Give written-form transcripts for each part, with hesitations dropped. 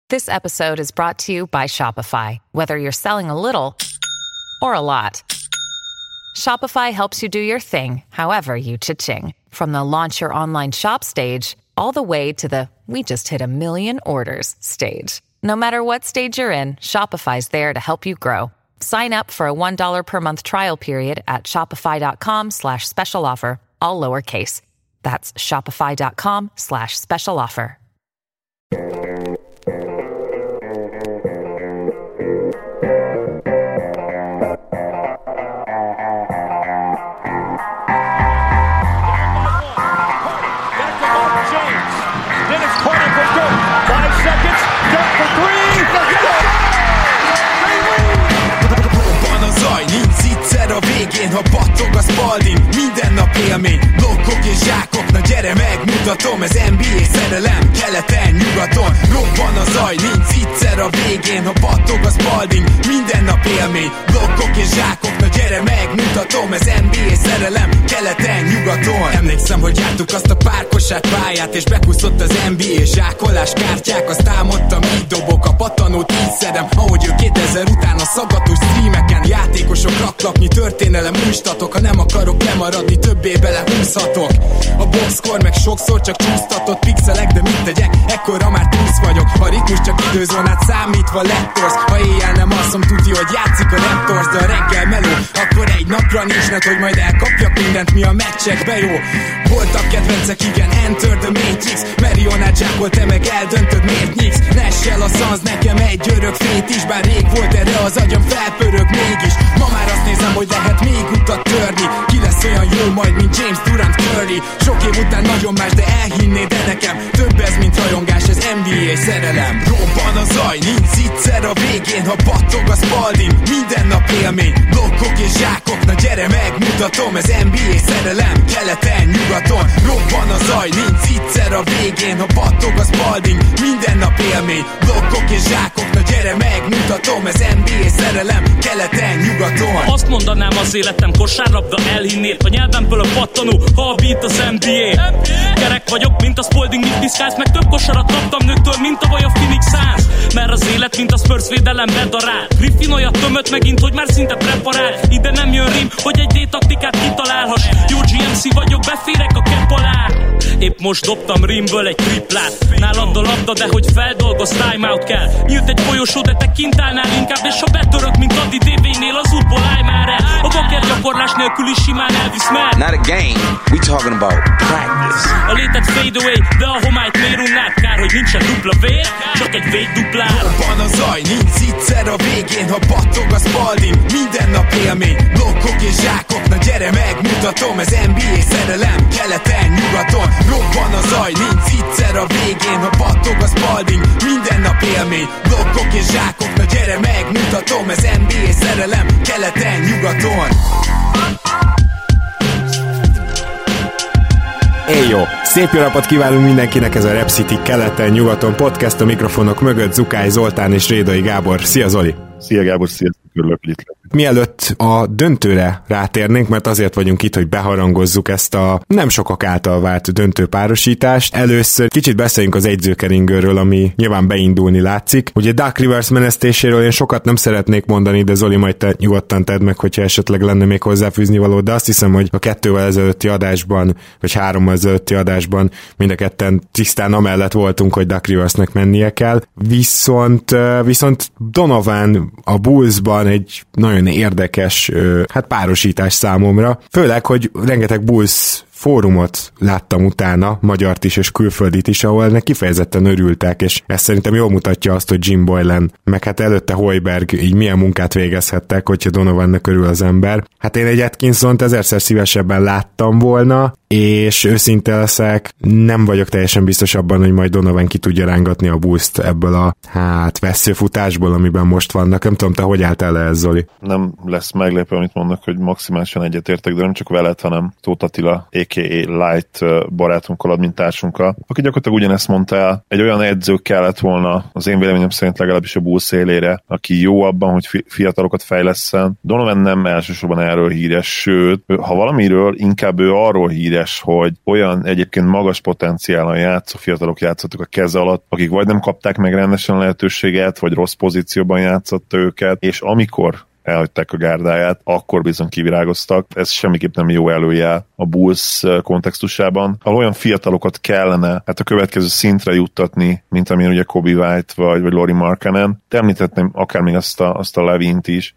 This episode is brought to you by Shopify. Whether you're selling a little or a lot, Shopify helps you do your thing, however you cha-ching. From the launch your online shop stage, all the way to the we just hit 1 million orders stage. No matter what stage you're in, Shopify's there to help you grow. Sign up for a $1 per month trial period at shopify.com/special offer, all lowercase. That's shopify.com/special offer. A végén, ha battog a Spalding, minden nap élmény, blokkok és zsákok, na gyere megmutatom, ez NBA szerelem, keleten, nyugaton, robban a zaj, nincs egyszer a végén, ha battog a Spalding, minden nap élmény, blokkok és zsákok, na gyere megmutatom, ez NBA szerelem, keleten, nyugaton. Emlékszem, hogy jártuk azt a párkosát pályát, és bekúszott az NBA zsákolás kártyák, azt álmodtam, így dobok a patanót, így szedem, ahogy ő 2000 után a szaggatos streameken, játékosok raklapnyi történelem újstatok, ha nem akarok lemaradni, többé belehúzhatok. A boxkor meg sokszor csak csúsztatott pixelek, de mit tegyek, ekkora már túsz vagyok. A ritmus csak időzónát számítva lettorsz, ha éjjel nem alszom, tudja, hogy játszik a Raptors, de a reggel meló, akkor egy napra nincs net, hogy majd elkapjak mindent, mi a meccsekbe jó. Voltak kedvencek, igen, Enter the Matrix, Marionát zsákol, te meg eldöntöd, miért nyíksz. Nessel a szansz, nekem egy örök fét is, bár rég volt erre az agyam, felpörög mégis. Ma már azt nézem, hogy lehet még utat törni, ki lesz olyan jó majd, mint James Durant Curry. Sok év után nagyon más, de elhinnéd, de nekem több ez, mint rajongás, ez NBA szerelem. Robban a zaj, nincs egyszer a végén, ha battog a Spalding, minden nap élmény, blokkok és zsákok, na gyere megmutatom, ez NBA szerelem, keleten, nyugaton. Robban a zaj, nincs egyszer a végén, ha battog a Spalding, minden nap élmény, blokkok és zsákok, na gyere megmutatom, ez NBA szerelem, keleten, nyugaton. Azt mondanám, az életem kosárlabda, elhinnéd, a nyelvemből a pattanó, ha a beat az NBA. Kerek vagyok, mint a Spalding, mit piszkálsz, meg több kosarat kaptam nőktől, mint a vaj a Phoenix Suns. Mert az élet, mint a Spurs védelem bedarál. Griffin olyat tömött megint, hogy már szinte preparál. Ide nem jön rím, hogy egy D-taktikát kitalálhass. Jó GMC vagyok, beférek a kepp alá. Épp most dobtam rimből egy triplát. Nálad a labda, de hogy feldolgoz, timeout kell. Nyílt egy folyosó, de te kint állnál inkább, és ha betörök, mint Adi DB-nél, az útból állj már el. A baker gyakorlás nélkül is simán elvisz már. Not a game, we talking about practice. A létet fade away, de a homályt miért unnád? Kár, hogy nincsen dupla vér, csak egy véd duplár. Robban a zaj, nincs egyszer a végén, ha battog a Spalding, minden nap élmény, blokkok és zsákok, na gyere megmutatom, ez NBA szerelem, keleten, nyugaton. Robban a zaj, nincs egyszer a végén, ha battog a Spalding, minden nap élmény, blokkok és zsákok, na gyere megmutatom, ez NBA szerelem, keleten, nyugaton. Jó! Szép jó napot kívánunk mindenkinek, ez a Rap City keleten-nyugaton podcast, a mikrofonok mögött Zukály Zoltán és Rédai Gábor. Szia Zoli! Szia Gábor, szia! Örülök, hogy itt lett. Mielőtt a döntőre rátérnénk, mert azért vagyunk itt, hogy beharangozzuk ezt a nem sokak által várt döntőpárosítást. Először kicsit beszéljünk az egyzőkeringőről, ami nyilván beindulni látszik. Ugye Duck Rivers menesztéséről én sokat nem szeretnék mondani, de Zoli, majd te nyugodtan tedd meg, hogyha esetleg lenne még hozzáfűzni való, de azt hiszem, hogy a 2-vel ezelőtti adásban, vagy 3-mal ezelőtti adásban mind a ketten tisztán amellett voltunk, hogy Duck Riversnek mennie kell. Viszont Donovan a Bullsban egy nagyon érdekes párosítás számomra. Főleg, hogy rengeteg Bulls fórumot láttam utána, magyart is és külföldit is, ahol ennek kifejezetten örültek, és ez szerintem jól mutatja azt, hogy Jim Boylan, meg hát előtte Hoiberg így milyen munkát végezhettek, hogyha Donovannak örül az ember. Hát én egy Atkinsont ezerszer szívesebben láttam volna, és őszinte leszek, nem vagyok teljesen biztos abban, hogy majd Donovan ki tudja rángatni a Bulls-t ebből a vesszőfutásból, amiben most vannak. Nem tudom, te hogy álltál le ez, Zoli? Nem lesz meglepő, amit mondnak, hogy maximálisan egyetértek, de nem csak veled, hanem Tóth Attila, a.k.a. Light barátunkkal, admintársunkkal, aki gyakorlatilag ugyanezt mondta el. Egy olyan edző kellett volna, az én véleményem szerint legalábbis a Bulls élére, aki jó abban, hogy fiatalokat fejlesszen. Donovan nem elsősorban erről híres, sőt, ha valamiről, inkább ő arról híres, érdekes, hogy olyan egyébként magas potenciállal játszó fiatalok játszottak a keze alatt, akik vagy nem kapták meg rendesen lehetőséget, vagy rossz pozícióban játszotta őket, és amikor elhagyták a gárdáját, akkor bizony kivirágoztak. Ez semmiképp nem jó előjel a Bulls kontextusában. Ha olyan fiatalokat kellene a következő szintre juttatni, mint amilyen ugye Kobe White vagy Lauri Markkanen, de említettem akár még azt a Levint is,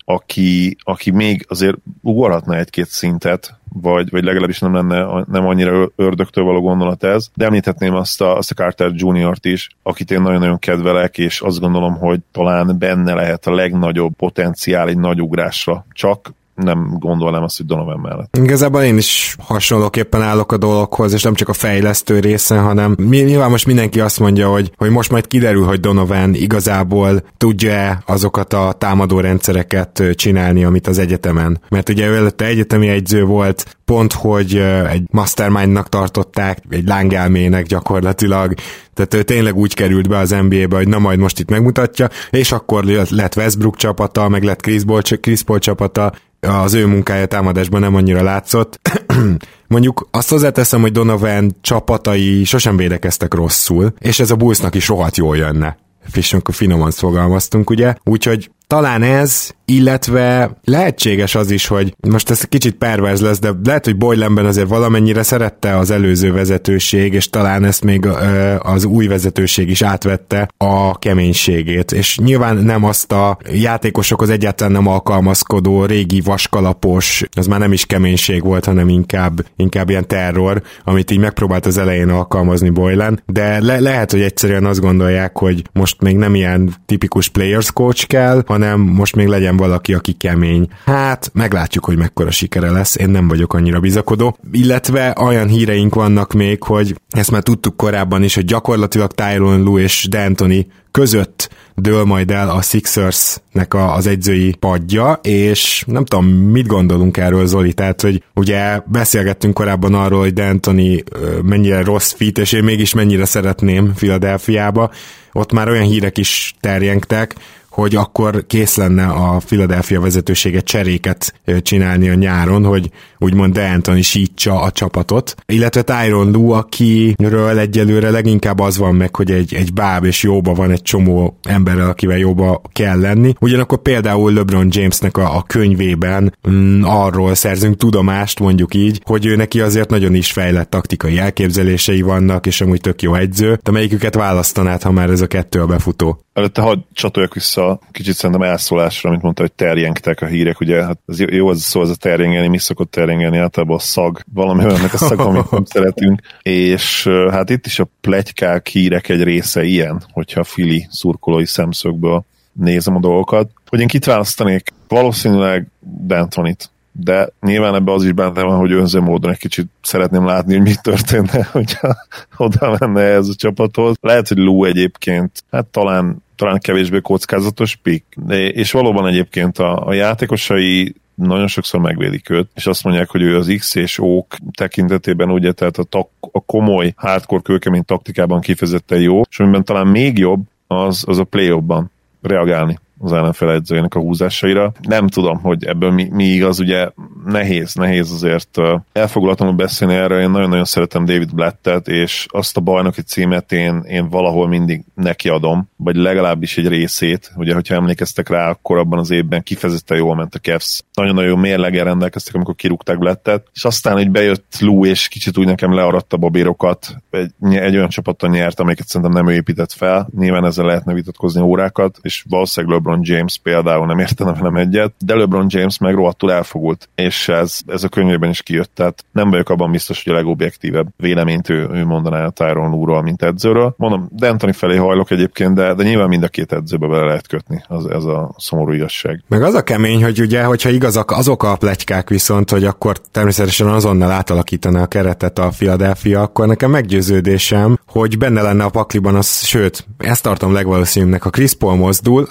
aki még azért ugorhatna egy-két szintet, vagy legalábbis nem annyira ördögtől való gondolat ez, de említhetném azt a Carter Jr.-t is, akit én nagyon-nagyon kedvelek, és azt gondolom, hogy talán benne lehet a legnagyobb potenciál egy nagy ugrásra, csak nem gondolnám azt, hogy Donovan mellett. Igazából én is hasonlóképpen állok a dologhoz, és nem csak a fejlesztő részen, hanem nyilván most mindenki azt mondja, hogy most majd kiderül, hogy Donovan igazából tudja azokat a támadó rendszereket csinálni, amit az egyetemen. Mert ugye ő előtte egyetemi egyző volt, pont, hogy egy mastermindnak tartották, egy lángelmének gyakorlatilag, tehát ő tényleg úgy került be az NBA-be, hogy na majd most itt megmutatja, és akkor lett Westbrook csapata, meg lett Chris Paul csapata, az ő munkája támadásban nem annyira látszott. Mondjuk azt hozzáteszem, hogy Donovan csapatai sosem védekeztek rosszul, és ez a Bullsnak is rohadt jól jönne. Finoman fogalmaztunk, ugye? Úgyhogy talán ez, illetve lehetséges az is, hogy most ez kicsit perverz lesz, de lehet, hogy Boylanben azért valamennyire szerette az előző vezetőség, és talán ezt még az új vezetőség is átvette a keménységét. És nyilván nem azt a játékosokhoz egyáltalán nem alkalmazkodó, régi vaskalapos, az már nem is keménység volt, hanem inkább ilyen terror, amit így megpróbált az elején alkalmazni Boylan, de lehet, hogy egyszerűen azt gondolják, hogy most még nem ilyen tipikus players coach kell, hanem most még legyen valaki, aki kemény. Hát, meglátjuk, hogy mekkora sikere lesz, én nem vagyok annyira bizakodó. Illetve olyan híreink vannak még, hogy ezt már tudtuk korábban is, hogy gyakorlatilag Tyronn Lue és D'Antoni között dől majd el a Sixersnek az edzői padja, és nem tudom, mit gondolunk erről, Zoli, tehát, hogy ugye beszélgettünk korábban arról, hogy D'Antoni mennyire rossz fit, és én mégis mennyire szeretném Philadelphiába. Ott már olyan hírek is terjengtek, hogy akkor kész lenne a Philadelphia vezetősége cseréket csinálni a nyáron, hogy úgymond D'Antoni sítsa a csapatot. Illetve Tyronn Lue, akiről egyelőre leginkább az van meg, hogy egy báb és jóba van egy csomó emberrel, akivel jóba kell lenni. Ugyanakkor például LeBron Jamesnek a könyvében arról szerzünk tudomást, mondjuk így, hogy ő neki azért nagyon is fejlett taktikai elképzelései vannak, és amúgy tök jó edző. De melyiküket választanád, ha már ez a kettő a befutó? Előtte hadd csatoljak vissza kicsit szerintem elszólásra, amit mondta, hogy terjengtek a hírek, ugye, hát ez jó az szó, az a terjengeni, mi szokott terjengeni, általában a szag, valami olyannak a szag, amit nem szeretünk, és hát itt is a pletykák, hírek egy része ilyen, hogyha a Philly szurkolói szemszögből nézem a dolgokat, hogy én kit választanék, valószínűleg D'Antonit, de nyilván ebben az is benne van, hogy önző módon egy kicsit szeretném látni, hogy mi történne, hogyha oda menne ez a csapathoz. Lehet, hogy Lue egyébként, hát talán kevésbé kockázatos pick, és valóban egyébként a játékosai nagyon sokszor megvédik őt, és azt mondják, hogy ő az X és O-k tekintetében ugye, tehát a komoly, hardcore, kőkemény taktikában kifejezetten jó, és amiben talán még jobb, az a play-offban reagálni az ellenfél edzőjének a húzásaira. Nem tudom, hogy ebből mi igaz, ugye nehéz azért elfoglaltam beszélni erről, én nagyon-nagyon szeretem David Blattet, és azt a bajnoki címet én valahol mindig nekiadom, vagy legalábbis egy részét, ugye, hogyha emlékeztek rá, akkor abban az évben kifejezetten jól ment a Cavs. Nagyon-nagyon jó mérleggel rendelkeztek, amikor kirúgták Blattet, és aztán, hogy bejött Lue, és kicsit úgy nekem learadt a babérokat, egy olyan csapattal nyert, amelyiket szerintem nem ő épített fel, nyilván ezzel lehetne vitatkozni órákat, és valószínűleg LeBron James például nem értene velem egyet, de LeBron James meg rohadtul elfogult, és ez a könyvében is kijött, tehát nem vagyok abban biztos, hogy a legobjektívebb véleményt ő mondaná a Tyronn Lue-ról, mint edzőről. Mondom, D'Antoni felé hajlok egyébként, de nyilván mind a két edzőbe bele lehet kötni, ez a szomorú igazság. Meg az a kemény, hogy ugye, hogyha igazak azok a pletykák viszont, hogy akkor természetesen azonnal átalakítaná a keretet a Philadelphia, akkor nekem meggyőződésem, hogy benne lenne a pakliban sőt, ezt tartom legvalószínűbbnek, ha Chris Paul mozdul, akkor szerintem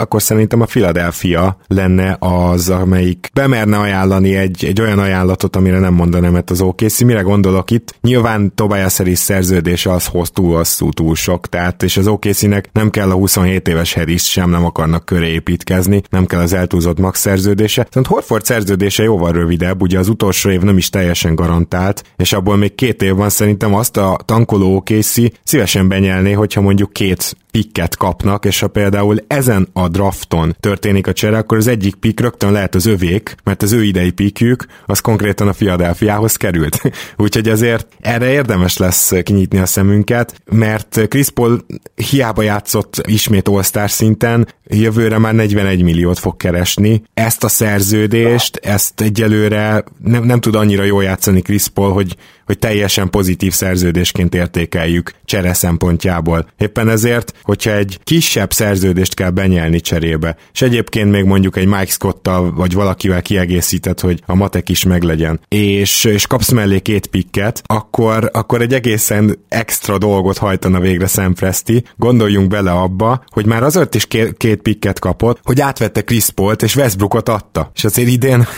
szerintem a Philadelphia lenne az, amelyik bemerne ajánlani egy olyan ajánlatot, amire nem mondaná nemet az OKC. Mire gondolok itt? Nyilván Tobias Harris szerződése az hoz túl hosszú, túl sok, tehát és az OKC-nek nem kell a 27 éves Harris sem, nem akarnak köré építkezni, nem kell az eltúlzott max szerződése. Szóval Horford szerződése jóval rövidebb, ugye az utolsó év nem is teljesen garantált, és abból még 2 év van, szerintem azt a tankoló OKC szívesen benyelné, hogyha mondjuk 2 pikket kapnak, és ha például ezen a drafton történik a csere, akkor az egyik pick rögtön lehet az övék, mert az ő idei pickjük az konkrétan a Philadelphiához került. Úgyhogy ezért erre érdemes lesz kinyitni a szemünket, mert Chris Paul hiába játszott ismét All-Star szinten, jövőre már 41 milliót fog keresni. Ezt a szerződést, ezt egyelőre nem tud annyira jól játszani Chris Paul, hogy teljesen pozitív szerződésként értékeljük csere szempontjából. Éppen ezért, hogyha egy kisebb szerződést kell benyelni cserébe, és egyébként még mondjuk egy Mike Scottal vagy valakivel kiegészített, hogy a matek is meglegyen, és kapsz mellé 2 picket, akkor egy egészen extra dolgot hajtana végre Sam Presti. Gondoljunk bele abba, hogy már azért is 2 picket kapott, hogy átvette Chris Pault és Westbrookot adta. És azért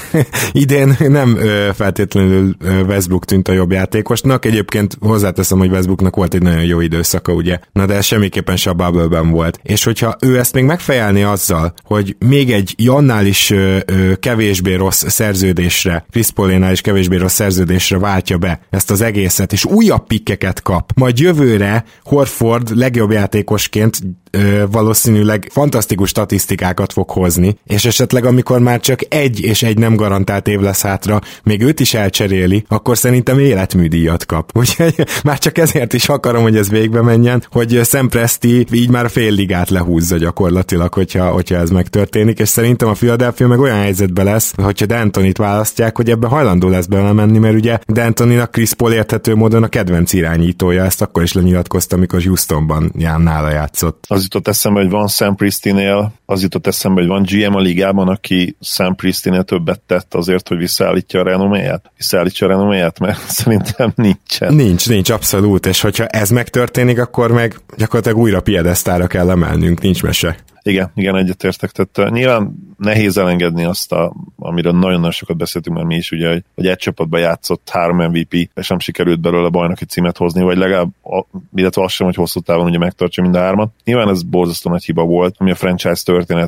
idén nem feltétlenül Westbrook tűnt a jobb játékosnak. Egyébként hozzáteszem, hogy Westbrooknak volt egy nagyon jó időszaka, ugye? Na de semmiképpen se a bubble-ben volt. És hogyha ő ezt még megfejelni azzal, hogy még egy annál is kevésbé rossz szerződésre, Chris Paulénál is kevésbé rossz szerződésre váltja be ezt az egészet, és újabb pikkeket kap, majd jövőre Horford legjobb játékosként valószínűleg fantasztikus statisztikákat fog hozni, és esetleg amikor már csak egy nem garantált év lesz hátra, még őt is elcseréli, akkor szerintem életműdíjat kap. Úgyhogy már csak ezért is akarom, hogy ez végbe menjen, hogy Sam Presti így már fél ligát lehúzza gyakorlatilag, hogyha ez megtörténik, és szerintem a Philadelphia meg olyan helyzetben lesz, hogyha D'Antonit választják, hogy ebbe hajlandó lesz belemenni, mert ugye D'Antoninak Chris Paul érthető módon a kedvenc irányítója, ezt akkor is lenyilatkozta, amikor Houstonban nála játszott. Az jutott eszembe, hogy van Sam Presti-nél, az jutott eszembe, hogy van GM a ligában, aki Sam Presti-nél többet tett azért, hogy visszaállítsa a renoméját, mert szerintem nincsen. Nincs, abszolút, és hogyha ez megtörténik, akkor meg gyakorlatilag újra piedesztára kell emelnünk, nincs mese. Igen, egyetértek. Tehát nyilván nehéz elengedni azt, amiről nagyon-nagyon sokat beszéltünk már mi is, ugye, hogy egy csapatban játszott 3 MVP, és nem sikerült belőle bajnoki címet hozni, vagy legalább, illetve az sem, hogy hosszú távon ugye megtartsa mind a 3-at. Nyilván ez borzasztó nagy hiba volt, ami a franchise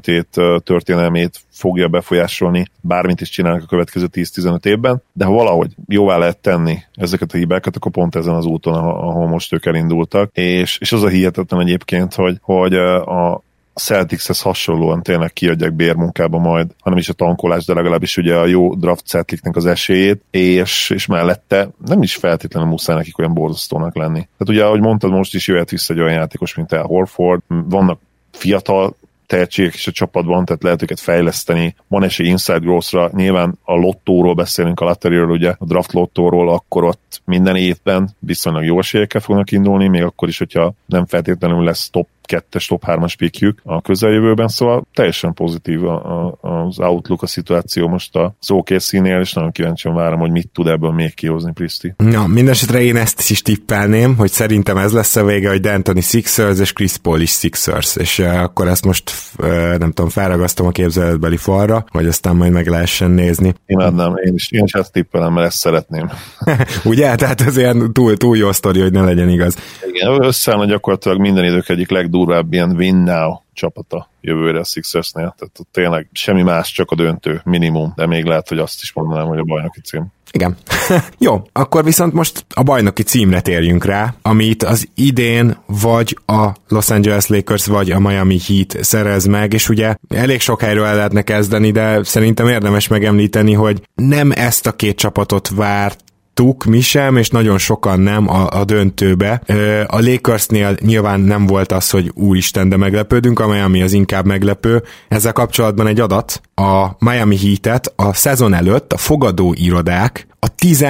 történelmét fogja befolyásolni, bármit is csinálnak a következő 10-15 évben, de ha valahogy jóvá lehet tenni ezeket a hibákat, akkor pont ezen az úton, ahol most ők elindultak, és az a hihetetlen egyébként, hogy a Celticshez hasonlóan tényleg kiadják bérmunkába majd, hanem is a tankolás, de legalábbis ugye a jó draft Celticnek az esélyét, és mellette nem is feltétlenül muszáj nekik olyan borzasztónak lenni. Tehát ugye, ahogy mondtad, most is jöhet vissza egy olyan játékos, mint Al Horford, vannak fiatal tehetségek is a csapatban, tehát lehet őket fejleszteni, van esély inside growth-ra, nyilván a lottóról beszélünk, a lotteryről, ugye, a draft lottóról, akkor ott minden évben viszonylag jó esélyekkel fognak indulni, még akkor is, hogyha nem feltétlenül lesz top 2-es, top 3-as pickjük a közeljövőben, szóval teljesen pozitív az outlook, a szituáció most az OKC-nél, és nagyon kíváncsian várom, hogy mit tud ebből még kihozni Pristi. Na, mindenesetre én ezt is tippelném, hogy szerintem ez lesz a vége, hogy D'Antoni Sixers és Chris Paul is Sixers, és akkor ezt most nem tudom, felragasztom a képzeletbeli falra, hogy aztán majd meg lehessen nézni. Imádnám, én is ezt tippelem, mert ezt szeretném. Ugye? Tehát ez ilyen túl jó sztori, hogy ne legyen igaz. Igen, összeállna gyakorlatilag minden idők egyik legdurvább ilyen win now csapata jövőre a Sixersnél, tehát tényleg semmi más, csak a döntő minimum, de még lehet, hogy azt is mondanám, hogy a bajnoki cím. Igen. Jó, akkor viszont most a bajnoki címre térjünk rá, amit az idén vagy a Los Angeles Lakers, vagy a Miami Heat szerez meg, és ugye elég sok helyről el lehetne kezdeni, de szerintem érdemes megemlíteni, hogy nem ezt a 2 csapatot várt mi sem, és nagyon sokan nem a döntőbe. A Lakersnél nyilván nem volt az, hogy úristen, de meglepődünk, a Miami az inkább meglepő. Ezzel kapcsolatban egy adat, a Miami Heatet a szezon előtt a fogadóirodák a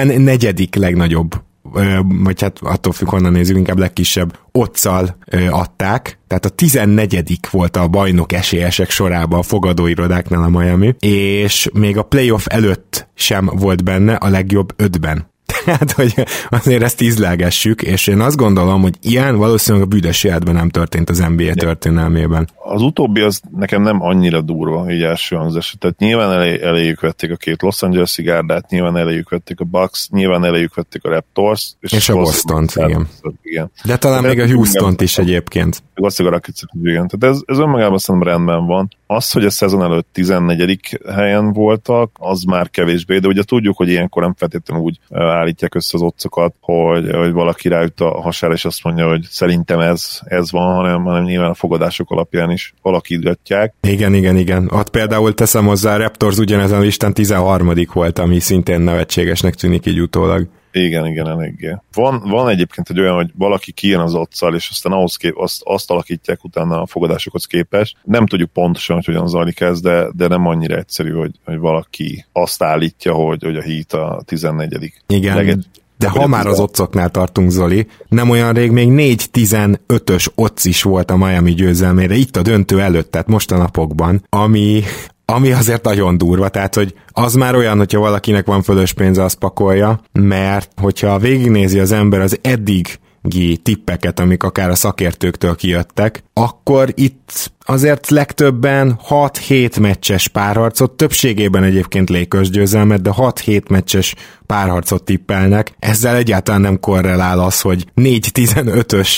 14. legnagyobb, vagy hát attól függ, honnan nézzük, inkább legkisebb odds-szal adták, tehát a 14. volt a bajnok esélyesek sorában a fogadóirodáknál a Miami, és még a playoff előtt sem volt benne a legjobb 5-ben. Tehát, hogy azért ezt ízlelgessük, és én azt gondolom, hogy ilyen valószínűleg a büdös életben nem történt az NBA történelmében. Az utóbbi az nekem nem annyira durva, így első hangzás. Tehát nyilván eléjük vették a két Los Angeles-i gárdát, nyilván eléjük vették a Bucks, nyilván eléjük vették a Raptors. És a Bostont, igen. De talán még a Houstont is egyébként. Valószínűleg a Rockets-et, igen. Tehát ez önmagában szerintem rendben van. Az, hogy a szezon előtt 14. helyen voltak, az már kevésbé, de ugye tudjuk, hogy ilyenkor nem feltétlenül úgy állítják össze az otcokat, hogy valaki ráüt a hasára, és azt mondja, hogy szerintem ez van, hanem nyilván a fogadások alapján is alakítgatják. Igen. Ott például teszem hozzá, a Raptors ugyanezen a listán 13. volt, ami szintén nevetségesnek tűnik így utólag. Igen, eléggé. Van egyébként egy olyan, hogy valaki kijön az otccal, és aztán azt alakítják utána a fogadásokhoz képest. Nem tudjuk pontosan, hogy hogyan zajlik ez, de nem annyira egyszerű, hogy valaki azt állítja, hogy a Heat a 14. Igen. De ha már az otcoknál tartunk, Zoli, nem olyan rég még 4-15-ös otc is volt a Miami győzelmére, itt a döntő előtt, tehát most a napokban, ami azért nagyon durva, tehát hogy az már olyan, hogyha valakinek van fölös pénze, az pakolja, mert hogyha végignézi az ember az eddigi tippeket, amik akár a szakértőktől kijöttek, akkor itt azért legtöbben 6-7 meccses párharcot, többségében egyébként Lakers győzelmet, de 6-7 meccses párharcot tippelnek. Ezzel egyáltalán nem korrelál az, hogy 4-15-ös,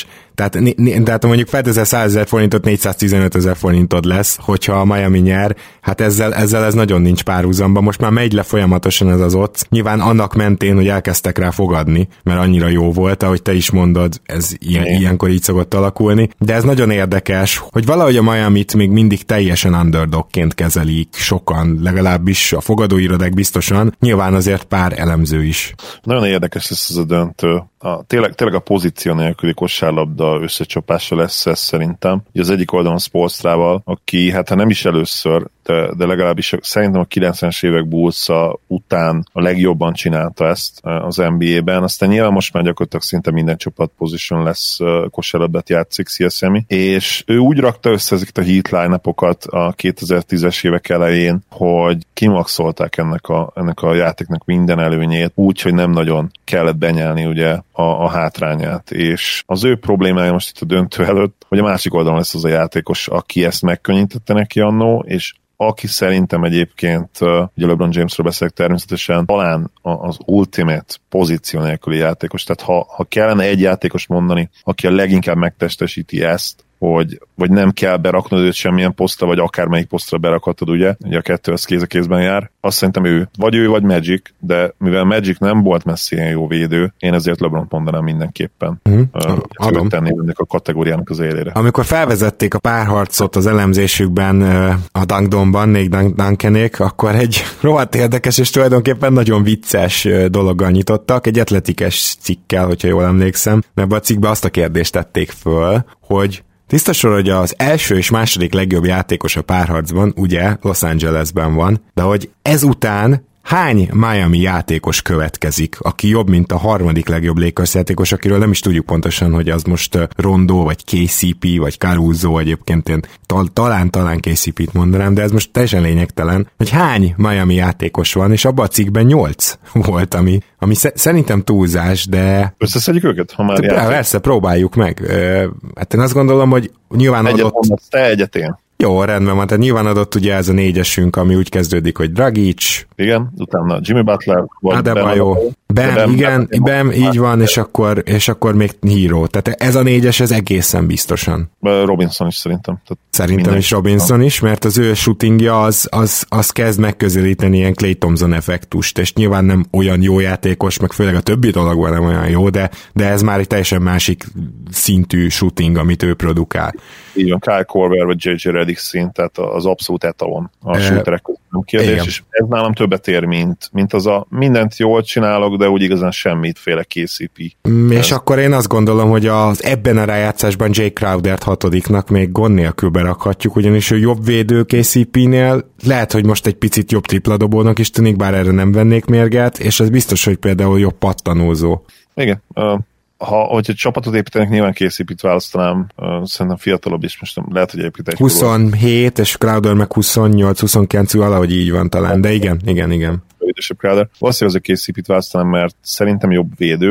tehát mondjuk fedezel 100 000 forintot, 415 000 forintod lesz, hogyha a Miami nyer, hát ezzel ez nagyon nincs párhuzamban. Most már megy le folyamatosan ez az ott. Nyilván annak mentén, hogy elkezdtek rá fogadni, mert annyira jó volt, ahogy te is mondod, ez ilyenkor így szokott alakulni. De ez nagyon érdekes, hogy valahogy a Miamit még mindig teljesen underdogként kezelik sokan, legalábbis a fogadóirodák biztosan, nyilván azért pár elemző is. Nagyon érdekes lesz ez a döntő. Tényleg a pozíció nélküli kosárlabda összecsapása lesz ez szerintem. Ugye az egyik oldalon Spoelstrával, aki hát ha nem is először, de legalábbis szerintem a 90-es évek Bulls-a után a legjobban csinálta ezt az NBA-ben. Aztán nyilván most már gyakorlatilag szinte minden csapat position lesz, kosárlabdát játszik CSM-i, és ő úgy rakta össze ezeket a Heat line-upokat a 2010-es évek elején, hogy kimaxolták ennek a játéknak minden előnyét, úgy, hogy nem nagyon kellett benyelni ugye a hátrányát, és az ő problémája most itt a döntő előtt, hogy a másik oldalon lesz az a játékos, aki ezt megkönnyítette neki annó, és aki szerintem egyébként, ugye LeBron Jamesről beszélek természetesen, talán az ultimate pozíció nélküli játékos, tehát ha kellene egy játékos mondani, aki a leginkább megtestesíti ezt, vagy nem kell beraknod őt semmilyen posztra, vagy akármelyik posztra berakhatod, ugye a kettő az kéz a kézben jár. Azt szerintem ő vagy Magic, de mivel Magic nem volt messzi ilyen jó védő, én ezért LeBron mondanám mindenképpen. Tenném ennek a kategóriának az élére. Amikor felvezették a párharcot az elemzésükben a Dunkdomban, Nick Duncanék, akkor egy rohadt érdekes és tulajdonképpen nagyon vicces dologgal nyitottak, egy atletikes cikkkel, hogyha jól emlékszem, mert ebben a cikkben azt a kérdést tették föl, hogy tiszta sor, hogy az első és második legjobb játékos a párharcban, ugye, Los Angelesben van, de hogy ezután hány Miami játékos következik, aki jobb, mint a harmadik legjobb Lakers játékos, akiről nem is tudjuk pontosan, hogy az most Rondo, vagy KCP, vagy Caruso, egyébként én talán KCP-t mondanám, de ez most teljesen lényegtelen, hogy hány Miami játékos van, és abban a cikkben 8 volt, ami szerintem túlzás, de... Összeszedjük őket, ha már játék. Persze, próbáljuk meg. Hát én azt gondolom, hogy nyilván adott... Te egyet én. Jó, rendben van, tehát nyilván adott ugye ez a négyesünk, ami úgy kezdődik, hogy Dragic. Igen, utána Jimmy Butler. Adebayo. Bam, így van, és akkor még Hero. Tehát ez a négyes, ez egészen biztosan. Robinson is szerintem. Szerintem is Robinson is, mert az ő shootingja az kezd megközelíteni ilyen Klay Thompson effektust, és nyilván nem olyan jó játékos, meg főleg a többi dologban nem olyan jó, de ez már egy teljesen másik szintű shooting, amit ő produkál. Így van, Kyle Korver vagy JJ Redick szint, tehát az abszolút etalon a shooterek között nem kérdés, igen. És ez nálam többet ér, mint az a mindent jól csinálok, de úgy igazán semmitféle KCP. És akkor én azt gondolom, hogy ebben a rájátszásban Jay Crowdert hatodiknak még gond nélkül berakhatjuk, ugyanis ő jobb védő KCP-nél, lehet, hogy most egy picit jobb tripladobónak is tűnik, bár erre nem vennék mérget, és ez biztos, hogy például jobb pattanózó. Igen, hogyha csapatot építenek, nyilván KCP-t választanám, szerintem fiatalabb is, most nem, lehet, hogy épít 27, és Crowder meg 28-29, valahogy így van talán, de igen. Idősebb Crowder. Valószínűleg az a KCP-t választanám, mert szerintem jobb védő,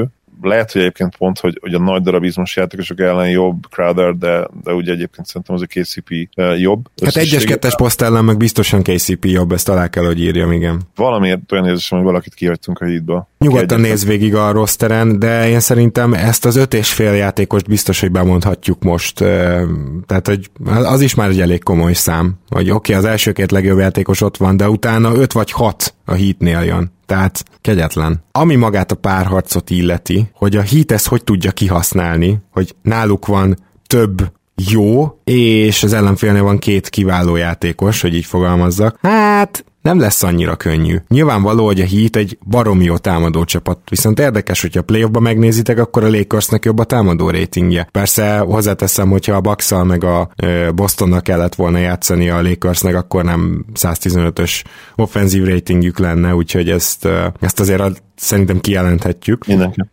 lehet, hogy egyébként pont, hogy a nagy darabizmus játékosok ellen jobb Crowder, de ugye egyébként szerintem az a KCP jobb. Hát 1-2-es poszt ellen meg biztosan KCP jobb, ezt alá kell, hogy írjam, igen. Valamiért olyan érzésem, hogy valakit kihagytunk a hitba. Nyugodtan nézz végig a rosteren, de én szerintem ezt az 5,5 játékost biztos, hogy bemondhatjuk most. Tehát, hogy az is már egy elég komoly szám, hogy oké, az első 2 legjobb játékos ott van, de utána 5 vagy 6 a Heatnél jön. Tehát kegyetlen. Ami magát a párharcot illeti, hogy a Heat ezt hogy tudja kihasználni, hogy náluk van több jó, és az ellenfélnél van 2 kiváló játékos, hogy így fogalmazzak. Hát nem lesz annyira könnyű. Nyilvánvaló, hogy a Heat egy baromi jó támadó csapat, viszont érdekes, hogyha a playoffba megnézitek, akkor a Lakersnek jobb a támadó ratingje. Persze hozzáteszem, hogyha a Bucks-szal meg a Bostonnal kellett volna játszani a Lakersnek, akkor nem 115-ös offenzív ratingjük lenne, úgyhogy ezt azért szerintem kijelenthetjük.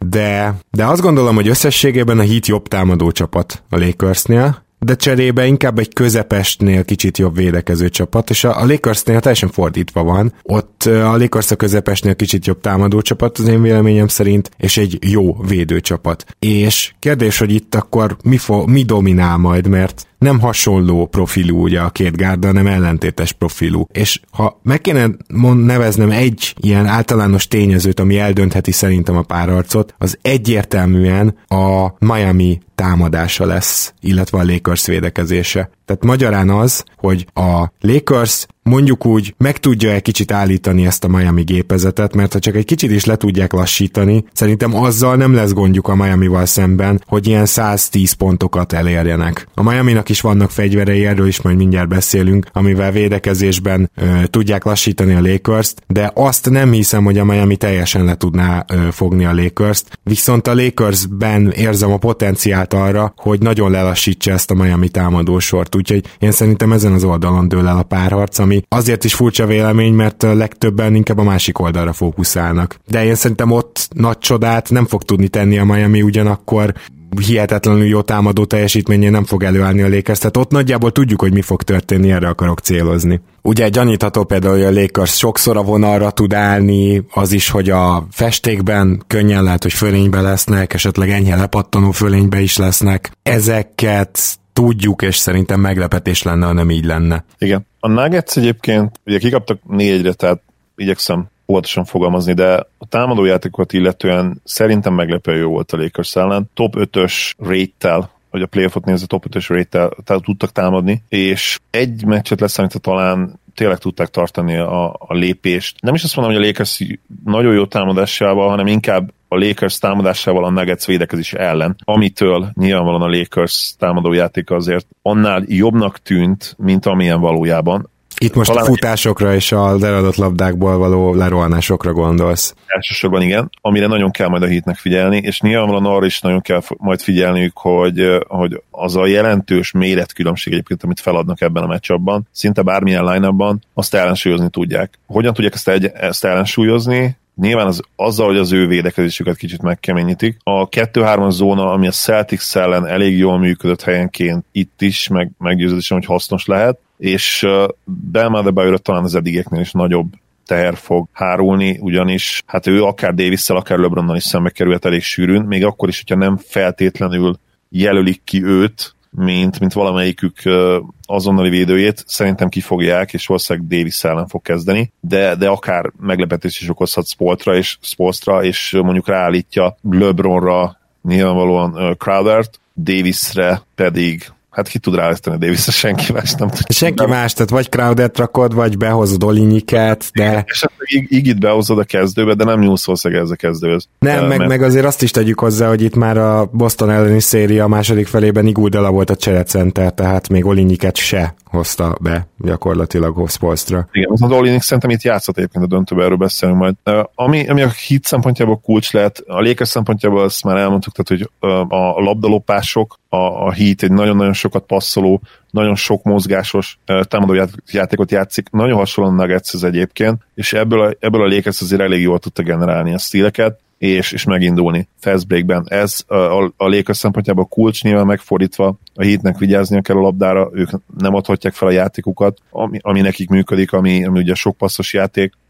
De azt gondolom, hogy összességében a Heat jobb támadó csapat a Lakersnél, de cserébe inkább egy közepesnél kicsit jobb védekező csapat, és a Lakersnél teljesen fordítva van. Ott a Lakers a közepesnél kicsit jobb támadó csapat az én véleményem szerint, és egy jó védőcsapat. És kérdés, hogy itt akkor mi dominál majd, mert nem hasonló profilú ugye a 2 gárda, hanem ellentétes profilú. És ha meg kéne neveznem egy ilyen általános tényezőt, ami eldöntheti szerintem a párharcot, az egyértelműen a Miami támadása lesz, illetve a Lakers védekezése. Tehát magyarán az, hogy a Lakers mondjuk úgy meg tudja egy kicsit állítani ezt a Miami gépezetet, mert ha csak egy kicsit is le tudják lassítani, szerintem azzal nem lesz gondjuk a Miamival szemben, hogy ilyen 110 pontokat elérjenek. A Miaminak is vannak fegyverei, erről is majd mindjárt beszélünk, amivel védekezésben tudják lassítani a Lakers-t, de azt nem hiszem, hogy a Miami teljesen le tudná fogni a Lakers-t, viszont a Lakersben érzem a potenciált arra, hogy nagyon lelassítsa ezt a Miami támadósort, úgyhogy én szerintem ezen az oldalon dől el a párharc, ami azért is furcsa vélemény, mert legtöbben inkább a másik oldalra fókuszálnak. De én szerintem ott nagy csodát nem fog tudni tenni a Miami, ugyanakkor hihetetlenül jó támadó teljesítményén nem fog előállni a Lakers, tehát ott nagyjából tudjuk, hogy mi fog történni, erre akarok célozni. Ugye gyanítható például, hogy a Lakers sokszor a vonalra tud állni, az is, hogy a festékben könnyen lehet, hogy fölénybe lesznek, esetleg enyhe lepattanó fölénybe is lesznek. Ezeket tudjuk, és szerintem meglepetés lenne, ha nem így lenne. Igen. A Nuggets egyébként, ugye kikaptak 4-re, tehát igyekszem óvatosan fogalmazni, de a támadójátékokat illetően szerintem meglepően jó volt a Lakers ellen. Top 5-ös rate-tel, hogy a playoffot nézve, top 5-ös rate-tel tudtak támadni, és egy meccset leszámítva talán tényleg tudták tartani a lépést. Nem is azt mondom, hogy a Lakers nagyon jó támadásával, hanem inkább a Lakers támadásával a Nuggets védekezés ellen, amitől nyilvánvalóan a Lakers támadójátéka azért annál jobbnak tűnt, mint amilyen valójában. Itt most talán a futásokra és a leradott labdákból való lerohanásokra gondolsz. Elsősorban igen, amire nagyon kell majd a Heatnek figyelni, és nyilvánvalóan arra is nagyon kell majd figyelniük, hogy az a jelentős méretkülönbség egyébként, amit feladnak ebben a matchupban, szinte bármilyen line-upban, azt ellensúlyozni tudják. Hogyan tudják ezt ellensúlyozni? Nyilván azzal, hogy az ő védekezésüket kicsit megkeményítik. A 2-3-as zóna, ami a Celtics ellen elég jól működött helyenként itt is, meggyőződésem, hogy hasznos lehet, és Bam Adebayorra talán az eddigeknél is nagyobb teher fog hárulni, ugyanis hát ő akár Davisszel, akár LeBronnal is szembe kerülhet elég sűrűn, még akkor is, hogyha nem feltétlenül jelölik ki őt, mint valamelyikük azonnali védőjét, szerintem kifogják, és valószínűleg Davis ellen fog kezdeni, de akár meglepetés is okozhat Spoelstra, és mondjuk ráállítja LeBronra nyilvánvalóan Crowdert, Davisre pedig hát ki tud ráállítani Davisre, senki más nem tud. Senki más, tehát vagy Crowdert rakod, vagy behozod Olinyiket, de... Esetleg Igit behozod a kezdőbe, de nem nyúlsz valószínűleg ez a kezdőhöz. Nem, meg azért azt is tegyük hozzá, hogy itt már a Boston elleni széria második felében Iguodala volt a cserecenter, tehát még Olinyiket se hozta be gyakorlatilag Spoelstra. Igen, az Olinik szerintem itt játszott egyébként a döntőben, erről beszélünk majd. Ami a Heat szempontjából kulcs lehet, a Lakers szempontjából azt már elmondtuk, tehát, hogy a labdalopások, a Heat egy nagyon-nagyon sokat passzoló, nagyon sok mozgásos támadójátékot játszik, nagyon hasonlóan Nuggetshez egyébként, és ebből a Lakers azért elég jól tudta generálni a stíleket, és megindulni fast breakben. Ez a Lakers szempontjából kulcs, nyilván megfordítva a Heatnek vigyáznia kell a labdára, ők nem adhatják fel a játékukat, ami nekik működik, ami ugye sok passzos játék,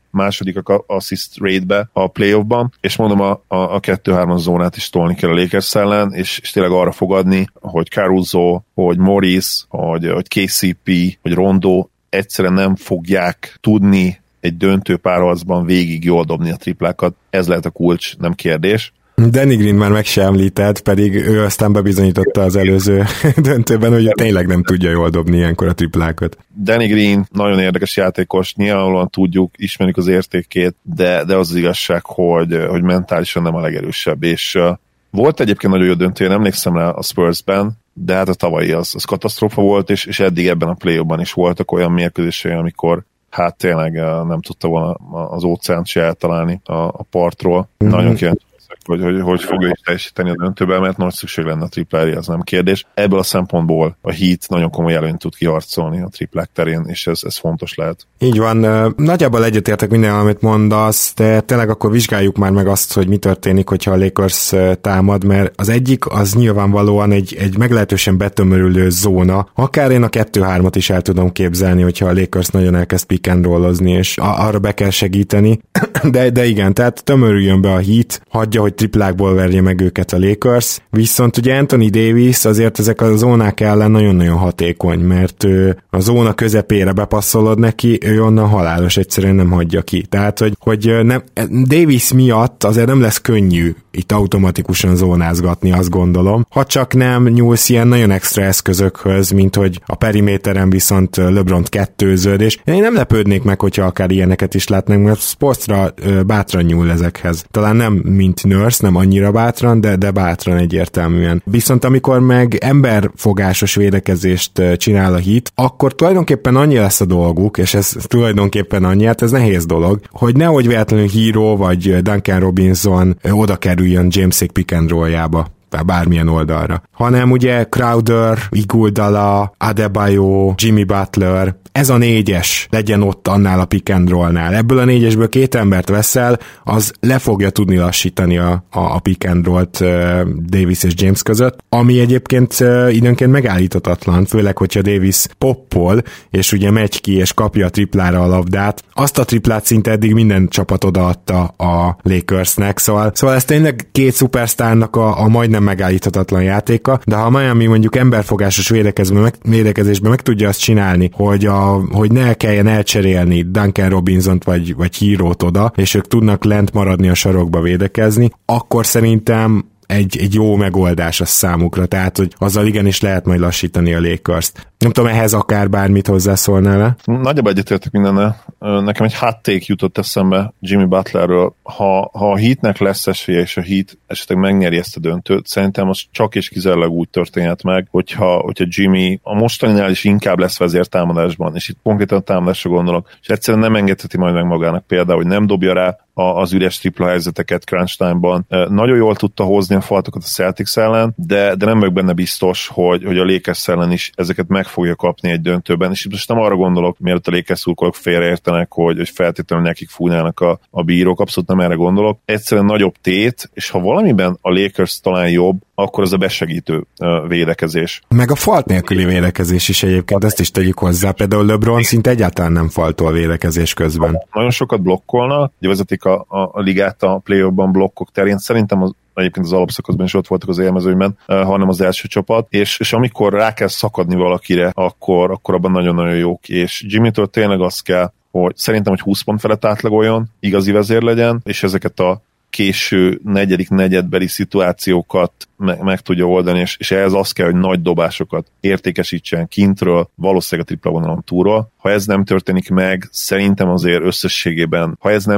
második a assist rate-be a playoffban, és mondom, a 2-3-as zónát is tolni kell a Lakers ellen, és tényleg arra fogadni, hogy Caruso, hogy Morris, hogy KCP, hogy Rondo egyszerűen nem fogják tudni egy döntő párharcban végig jól dobni a triplákat. Ez lehet a kulcs, nem kérdés. Danny Green már meg se említett, pedig ő aztán bebizonyította az előző döntőben, hogy tényleg nem tudja jól dobni ilyenkor a triplákat. Danny Green nagyon érdekes játékos, nyilvánvalóan tudjuk, ismerjük az értékét, de az igazság, hogy mentálisan nem a legerősebb, és volt egyébként nagyon jó döntő, én emlékszem rá a Spursben, de hát a tavalyi az katasztrófa volt, és eddig ebben a play-offban is voltak olyan mérkőzései, amikor hát tényleg nem tudta volna az óceánt se eltalálni a partról. Nagyon kíváncsi hogy fogja is teljesíteni a döntőben, mert nagy szükség lenne a triplára, az nem kérdés. Ebből a szempontból a Heat nagyon komoly előnyt tud kiharcolni a triplák terén, és ez fontos lehet. Így van, nagyjából egyetértek minden, amit mondasz, de tényleg akkor vizsgáljuk már meg azt, hogy mi történik, hogyha a Lakers támad, mert az egyik az nyilvánvalóan egy meglehetősen betömörülő zóna. Akár én a 2-3-at is el tudom képzelni, hogyha a Lakers nagyon elkezd pick and rollozni, és arra be kell segíteni. De igen, tehát tömörüljön be a Heat, hagyja, hogy triplákból verje meg őket a Lakers, viszont ugye Anthony Davis azért ezek a zónák ellen nagyon-nagyon hatékony, mert a zóna közepére bepasszolod neki, ő onnan halálos, egyszerűen nem hagyja ki. Tehát, hogy nem, Davis miatt azért nem lesz könnyű itt automatikusan zónázgatni, azt gondolom. Ha csak nem nyúlsz ilyen nagyon extra eszközökhöz, mint hogy a periméteren viszont LeBront kettőzöd, és én nem lepődnék meg, hogyha akár ilyeneket is látnánk, mert Spoelstra bátran nyúl ezekhez. Talán nem mint Nurse, nem annyira bátran, de bátran egyértelműen. Viszont amikor meg emberfogásos védekezést csinál a Heat, akkor tulajdonképpen annyi lesz a dolguk, és ez tulajdonképpen annyi, hát ez nehéz dolog, hogy nehogy véletlenül Hero vagy Duncan Robinson oda kerüljön Jamesék pick and rolljába, bármilyen oldalra. Hanem ugye Crowder, Iguodala, Adebayo, Jimmy Butler, ez a 4-es legyen ott annál a pick and rollnál. Ebből a 4-esből 2 embert veszel, az le fogja tudni lassítani a pick and rollt Davis és James között, ami egyébként időnként megállíthatatlan, főleg, hogyha Davis poppol, és ugye megy ki, és kapja a triplára a labdát. Azt a triplát szinte eddig minden csapat odaadta a Lakersnek, szóval ez tényleg 2 szupersztárnak a majdnem megállíthatatlan játéka, de ha Miami mondjuk emberfogásos védekezésben meg tudja azt csinálni, hogy ne kelljen elcserélni Duncan Robinsont vagy Hero-t oda, és ők tudnak lent maradni a sarokba védekezni, akkor szerintem egy jó megoldás az számukra, tehát hogy azzal igenis lehet majd lassítani a Lakers-t. Nem tudom, ehhez akár bármit hozzászólnál le? Nagyobb egyetértek mindennel. Nekem egy hot take jutott eszembe Jimmy Butlerről. Ha a Heatnek lesz esélye, és a Heat esetleg megnyeri ezt a döntőt, szerintem az csak és kizárólag úgy történhet meg, hogyha Jimmy a mostaninál is inkább lesz vezértámadásban, és itt konkrétan a támadásra gondolok, és egyszerűen nem engedheti majd meg magának például, hogy nem dobja rá az üres tripla helyzeteket crunch time-ban. Nagyon jól tudta hozni a faltokat a Celtics ellen, de nem vagyok benne biztos, hogy a Lakers ellen is ezeket meg fogja kapni egy döntőben, és itt most nem arra gondolok, mielőtt a Lakers szurkolók félreértenek, hogy feltétlenül nekik fújnának a bírók, abszolút nem erre gondolok. Egyszerűen nagyobb tét, és ha valamiben a Lakers talán jobb, akkor az a besegítő védekezés. Meg a falt nélküli védekezés is egyébként, ezt is tegyük hozzá. Például LeBron szinte egyáltalán nem faltol védekezés közben. Nagyon sokat blokkolnak, ugye vezetik a ligát a play-offban blokkok terén. Szerintem egyébként az alapszakaszban is ott voltak az élmezőnyben, hanem az első csapat, és amikor rá kell szakadni valakire, akkor abban nagyon-nagyon jók, és Jimmy-től tényleg az kell, hogy szerintem, hogy 20 pont felett átlagoljon, igazi vezér legyen, és ezeket a késő negyedbeli szituációkat meg tudja oldani, és ehhez az kell, hogy nagy dobásokat értékesítsen kintről, valószínűleg a tripla vonalon túlról. Ha ez nem történik meg, szerintem azért összességében,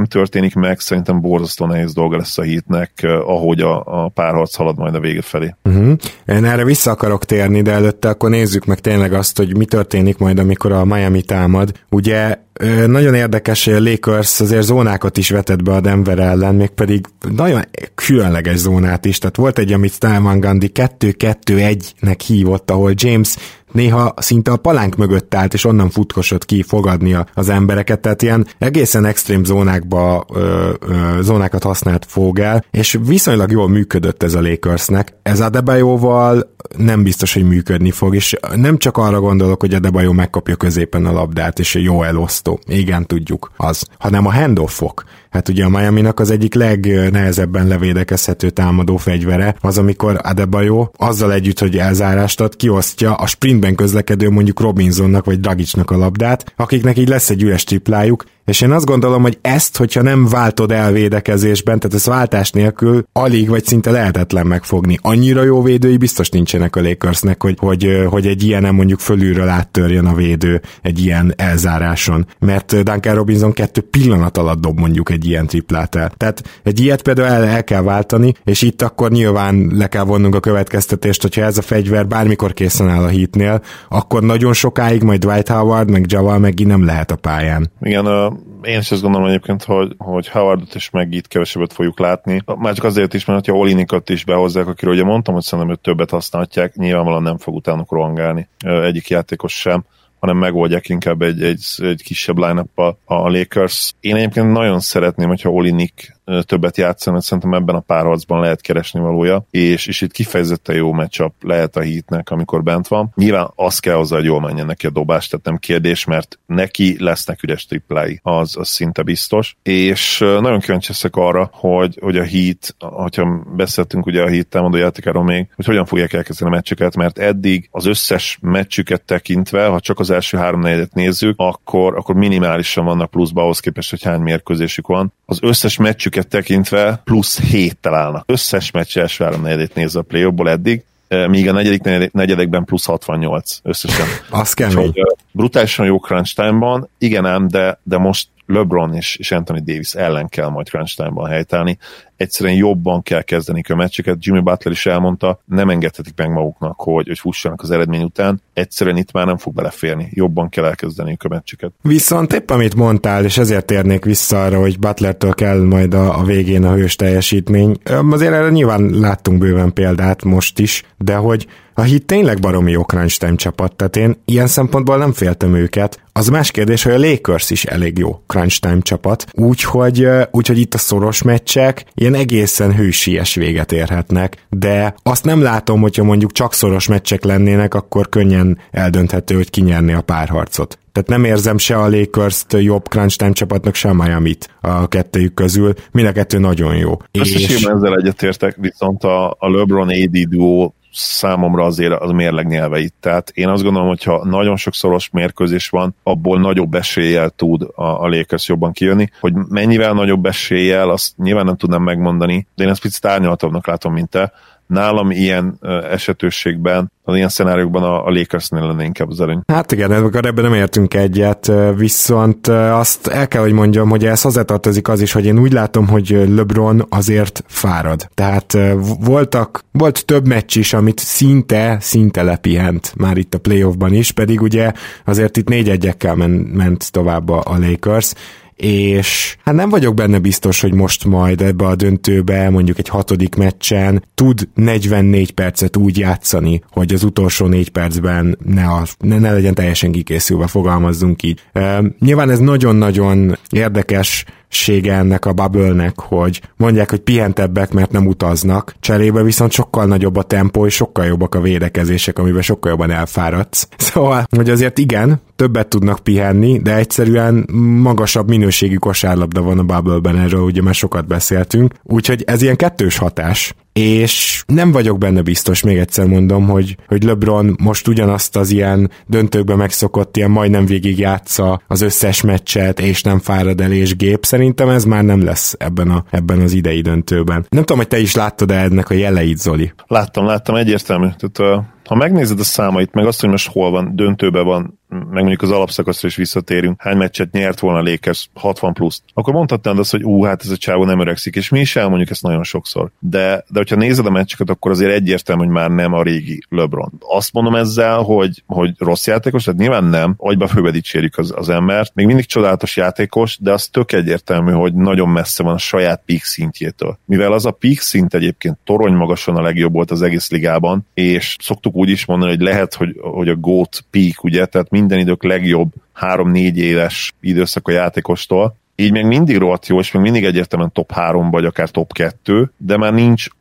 szerintem borzasztó nehéz dolga lesz a Heatnek, ahogy a párharc halad majd a vége felé. Én erre vissza akarok térni, de előtte akkor nézzük meg tényleg azt, hogy mi történik majd, amikor a Miami támad. Ugye nagyon érdekes, hogy a Lakers azért zónákat is vetett be a Denver ellen, mégpedig nagyon különleges zónát is. Tehát volt egy, amit Stan Van Gundy 2-2-1-nek hívott, ahol James néha szinte a palánk mögött állt, és onnan futkosott ki fogadni az embereket, tehát ilyen egészen extrém zónákat használt Vogel, és viszonylag jól működött ez a Lakersnek. Ez Adebayoval nem biztos, hogy működni fog, és nem csak arra gondolok, hogy Adebayo megkapja középen a labdát, és jó elosztó. Igen, tudjuk, az. Hanem a handoffok. Hát ugye a Miaminak az egyik legnehezebben levédekezhető támadó fegyvere az, amikor Adebayo azzal együtt, hogy elzárást ad, kiosztja a sprintben közlekedő mondjuk Robinsonnak vagy Dragicsnak a labdát, akiknek így lesz egy üres triplájuk, és én azt gondolom, hogy ezt, hogyha nem váltod el védekezésben, tehát ez váltás nélkül alig vagy szinte lehetetlen megfogni. Annyira jó védői biztos nincsenek a Lakersnek, hogy egy ilyenen mondjuk fölülről áttörjön a védő egy ilyen elzáráson. Mert Duncan Robinson 2 pillanat alatt dob mondjuk egy ilyen triplát el. Tehát egy ilyet például el kell váltani, és itt akkor nyilván le kell vonnunk a következtetést, hogyha ez a fegyver bármikor készen áll a Heatnél, akkor nagyon sokáig majd Dwight Howard, meg Javal Magee nem lehet a pályán. Igen, én is azt gondolom egyébként, hogy Howardot és meg itt kevesebbet fogjuk látni. Már csak azért is, mert ha Olinikat is behozzák, akiről ugye mondtam, hogy szerintem őt többet használhatják, nyilvánvalóan nem fog utánuk rohangálni egyik játékos sem, hanem megoldják inkább egy kisebb line-up-pal a Lakers. Én egyébként nagyon szeretném, hogyha Olinik többet játszani, mert szerintem ebben a párharcban lehet keresni valója, és itt kifejezetten jó matchup lehet a Heatnek, amikor bent van. Nyilván az kell hozzá, hogy jól menjen neki a dobás, tehát nem kérdés, mert neki lesznek üres triplái, az szinte biztos. És nagyon kíváncsi leszek arra, hogy a Heat, hogyha beszéltünk ugye a Heat támadó játékáról még, hogy hogyan fogják elkezdeni a meccsüket, mert eddig az összes meccsüket tekintve, ha csak az első 3-4-et nézzük, akkor minimálisan vannak pluszba ahhoz képest, hogy hány mérkőzésük van. Az összes meccsüket tekintve plusz 7-tel állnak. Összes meccs első 3-4-et nézve a play-offból eddig, míg a negyedik negyedekben plusz 68 összesen. Az kemény. Brutálisan jó crunch time-ban, igen ám, de most LeBron és Anthony Davis ellen kell majd crunch time-ban helytállni. Egyszerűen jobban kell kezdeni a meccseket. Jimmy Butler is elmondta, nem engedhetik meg maguknak, hogy fussanak az eredmény után. Egyszerűen itt már nem fog beleférni. Jobban kell elkezdeni a meccseket. Viszont épp amit mondtál, és ezért térnék vissza arra, hogy Butlertől kell majd a végén a hős teljesítmény. Azért erre nyilván láttunk bőven példát most is, de hogy a Heat tényleg baromi jó crunch time csapat, tehát én ilyen szempontból nem féltem őket. Az más kérdés, hogy a Lakers is elég jó crunch time csapat, úgyhogy itt a szoros meccsek ilyen egészen hősies véget érhetnek, de azt nem látom, hogyha mondjuk csak szoros meccsek lennének, akkor könnyen eldönthető, hogy ki nyerné a párharcot. Tehát nem érzem se a Lakers-t jobb crunch time csapatnak, se a Miamit a kettőjük közül. Mind a kettő nagyon jó. Összességében ezzel egyetértek, viszont a LeBron AD duo számomra azért az mérleg nyelveit. Tehát én azt gondolom, hogyha nagyon sok szoros mérkőzés van, abból nagyobb eséllyel tud a Lakers jobban kijönni. Hogy mennyivel nagyobb eséllyel, azt nyilván nem tudnám megmondani, de én ezt picit árnyaltabbnak látom, mint te. Nálam ilyen esetőségben, az ilyen szenáriókban a Lakersnél lenne inkább az előny. Hát igen, ebben nem értünk egyet, viszont azt el kell, hogy mondjam, hogy ez hozzátartozik az is, hogy én úgy látom, hogy LeBron azért fárad. Tehát volt több meccs is, amit szinte lepihent már itt a playoffban is, pedig ugye azért itt 4-1-ekkel ment tovább a Lakers, és hát nem vagyok benne biztos, hogy most majd ebbe a döntőbe, mondjuk egy 6. meccsen tud 44 percet úgy játszani, hogy az utolsó 4 percben ne legyen teljesen kikészülve, fogalmazzunk így. Nyilván ez nagyon-nagyon érdekessége ennek a bubble-nek, hogy mondják, hogy pihentebbek, mert nem utaznak, cserébe viszont sokkal nagyobb a tempó, és sokkal jobbak a védekezések, amiben sokkal jobban elfáradsz. Szóval, hogy azért igen, többet tudnak pihenni, de egyszerűen magasabb minőségű kosárlabda van a bubble-ben, erről ugye már sokat beszéltünk, úgyhogy ez ilyen kettős hatás. És nem vagyok benne biztos, még egyszer mondom, hogy LeBron most ugyanazt az ilyen döntőkben megszokott, ilyen majdnem végig játsza az összes meccset, és nem fárad el, és gép. Szerintem ez már nem lesz ebben az idei döntőben. Nem tudom, hogy te is láttad-e ennek a jeleit, Zoli? Láttam, egyértelmű. Tehát, ha megnézed a számait, meg azt, hogy most hol van, döntőben van, meg mondjuk az alapszakaszra is visszatérünk, hány meccset nyert volna a Lakers 60 pluszt, akkor mondhatnád azt, hogy hát ez a csávó nem öregszik, és mi is elmondjuk ezt nagyon sokszor. De hogyha nézed a meccseket, akkor azért egyértelmű, hogy már nem a régi LeBron. Azt mondom ezzel, hogy rossz játékos, tehát nyilván nem, agyba főbe dicsérjük az embert, még mindig csodálatos játékos, de az tök egyértelmű, hogy nagyon messze van a saját peak szintjétől. Mivel az a peak szint egyébként torony magasan a legjobb volt az egész ligában, és szoktuk úgy is mondani, hogy lehet, hogy a GOAT peak, ugye, tehát minden idők legjobb 3-4 éves időszak a játékostól, így még mindig rohadt jó, és még mindig egyértelműen top 3 vagy akár top 2, de már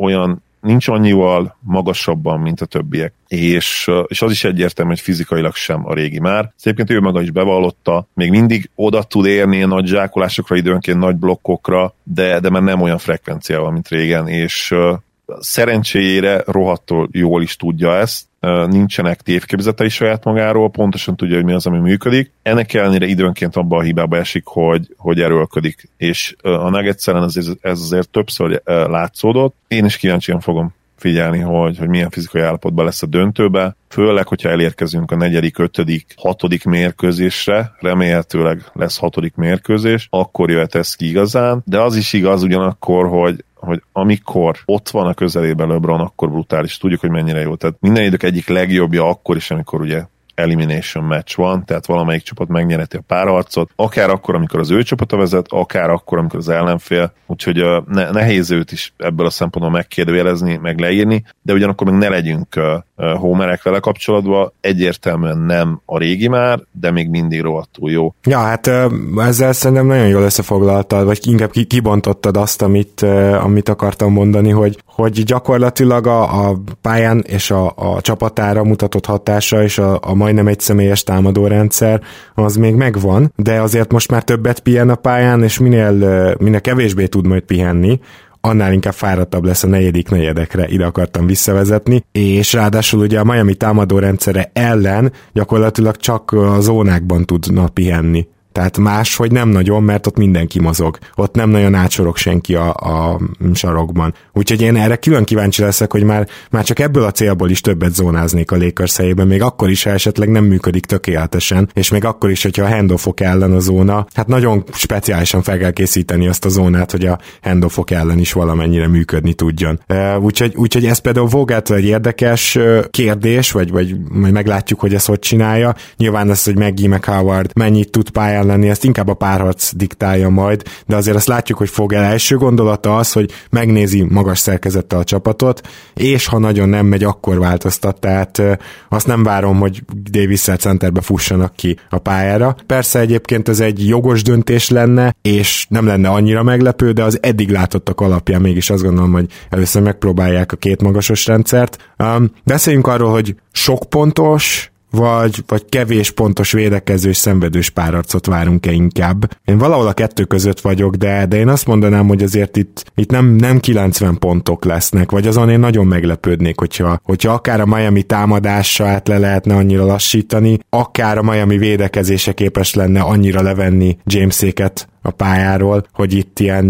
nincs annyival magasabban, mint a többiek. És az is egyértelmű, hogy fizikailag sem a régi már. Egyébként ő maga is bevallotta, még mindig oda tud érni nagy zsákolásokra, időnként nagy blokkokra, de már nem olyan frekvenciával, mint régen, és szerencséjére rohadtul jól is tudja ezt, nincsenek tévképzetei saját magáról, pontosan tudja, hogy mi az, ami működik. Ennek ellenére időnként abban a hibába esik, hogy erőlködik. És a Nuggets ellen ez azért többször látszódott. Én is kíváncsian fogom figyelni, hogy milyen fizikai állapotban lesz a döntőbe, főleg, hogyha elérkezünk a 4., 5., 6. mérkőzésre, remélhetőleg lesz 6. mérkőzés, akkor jöhet ez ki igazán, de az is igaz ugyanakkor, hogy amikor ott van a közelében LeBron, akkor brutális. Tudjuk, hogy mennyire jó. Tehát minden idők egyik legjobbja akkor is, amikor ugye elimination match van, tehát valamelyik csapat megnyerheti a párharcot, akár akkor, amikor az ő csapata vezet, akár akkor, amikor az ellenfél, úgyhogy nehéz őt is ebből a szempontból megkérdőjelezni, meg leírni, de ugyanakkor meg ne legyünk homerek vele kapcsolatban, egyértelműen nem a régi már, de még mindig rohadtul jó. Ja, hát ezzel szerintem nagyon jól összefoglaltad, vagy inkább kibontottad azt, amit akartam mondani, hogy gyakorlatilag a pályán és a csapatára mutatott hatása és a majdnem egyszemélyes támadórendszer az még megvan, de azért most már többet pihen a pályán, és minél kevésbé tud majd pihenni, annál inkább fáradtabb lesz a negyedik negyedekre, ide akartam visszavezetni, és ráadásul ugye a Miami támadórendszere ellen gyakorlatilag csak a zónákban tudna pihenni. Tehát máshogy nem nagyon, mert ott mindenki mozog. Ott nem nagyon átsorog senki a sarokban. Úgyhogy én erre külön kíváncsi leszek, hogy már csak ebből a célból is többet zónáznék a Lakers helyében, még akkor is, ha esetleg nem működik tökéletesen, és még akkor is, hogyha a handoffok ellen a zóna, hát nagyon speciálisan fel kell készíteni azt a zónát, hogy a handoffok ellen is valamennyire működni tudjon. Úgyhogy ez például Vogától egy érdekes kérdés, vagy majd meglátjuk, hogy ezt hogy csinálja. Nyilván ez, hogy Maggie meg Howard mennyit tud pályán lenni, ezt inkább a párharc diktálja majd, de azért azt látjuk, hogy Fogel első gondolata az, hogy megnézi magas szerkezettel a csapatot, és ha nagyon nem megy, akkor változtat, tehát azt nem várom, hogy Davis-szel centerbe fussanak ki a pályára. Persze egyébként ez egy jogos döntés lenne, és nem lenne annyira meglepő, de az eddig látottak alapján mégis azt gondolom, hogy először megpróbálják a két magasos rendszert. Beszéljünk arról, hogy sok pontos, vagy kevés pontos védekezős szenvedős párharcot várunk-e inkább. Én valahol a kettő között vagyok, de én azt mondanám, hogy azért itt nem 90 pontok lesznek, vagy azon én nagyon meglepődnék, hogyha akár a Miami támadását le lehetne annyira lassítani, akár a Miami védekezése képes lenne annyira levenni Jameséket a pályáról, hogy itt ilyen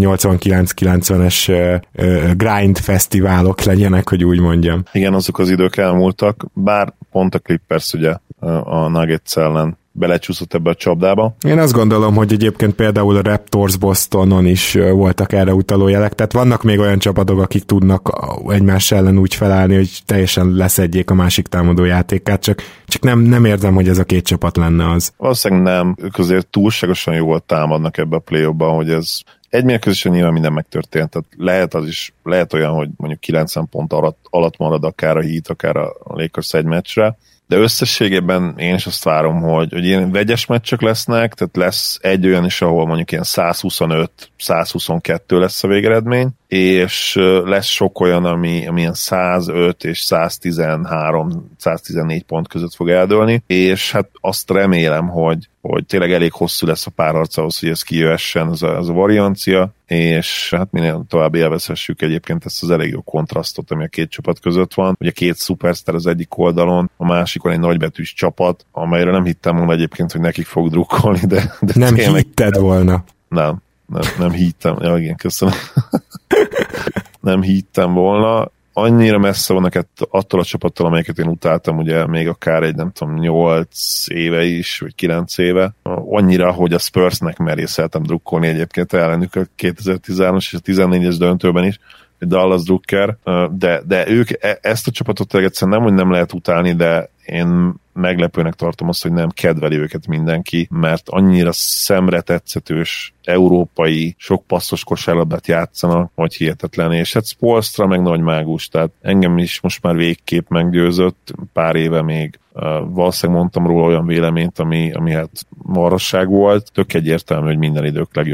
89-90-es grind fesztiválok legyenek, hogy úgy mondjam. Igen, azok az idők elmúltak, bár pont a Clippers ugye a Nuggets ellen belecsúszott ebbe a csapdába. Én azt gondolom, hogy egyébként például a Raptors Bostonon is voltak erre utaló jelek, tehát vannak még olyan csapatok, akik tudnak egymás ellen úgy felállni, hogy teljesen leszedjék a másik támadó játékát, csak nem érzem, hogy ez a két csapat lenne az. Valószínűleg nem, ők azért túlságosan jól támadnak ebbe a play-offban, hogy ez egy mérkőzésen nyilván minden megtörtént, tehát lehet olyan, hogy mondjuk 90 pont alatt marad akár a Heat, akár a Lakers egy meccsre, de összességében én is azt várom, hogy ilyen vegyes meccsek lesznek, tehát lesz egy olyan is, ahol mondjuk ilyen 125-122 lesz a végeredmény, és lesz sok olyan, ami ilyen 105 és 113-114 pont között fog eldőlni, és hát azt remélem, hogy tényleg elég hosszú lesz a párharc ahhoz, hogy ez kijöhessen, az a variancia, és hát minél tovább élvezhessük egyébként ezt az elég jó kontrasztot, ami a két csapat között van. Ugye két szupersztár az egyik oldalon, a másikon egy nagybetűs csapat, amelyre nem hittem volna egyébként, hogy nekik fog drukkolni, de nem hitted volna. Nem hittem. Ja, igen, köszönöm. Nem hittem volna. Annyira messze vannak attól a csapattól, amelyeket én utáltam, ugye még akár egy, nem tudom, 8 éve is, vagy 9 éve. Annyira, hogy a Spursnek merészeltem drukkolni egyébként ellenük a 2013-as és a 14-es döntőben is, Dallas Drucker, de ők ezt a csapatot egyszerűen nem, hogy nem lehet utálni, de én meglepőnek tartom azt, hogy nem kedveli őket mindenki, mert annyira szemre tetszetős európai, sok passzos kosárlabdát játszanak, hogy hihetetlen, és hát Spoelstra meg nagy mágus, tehát engem is most már végképp meggyőzött, pár éve még valószínűleg mondtam róla olyan véleményt, ami hát marasság volt, tök egyértelmű, hogy minden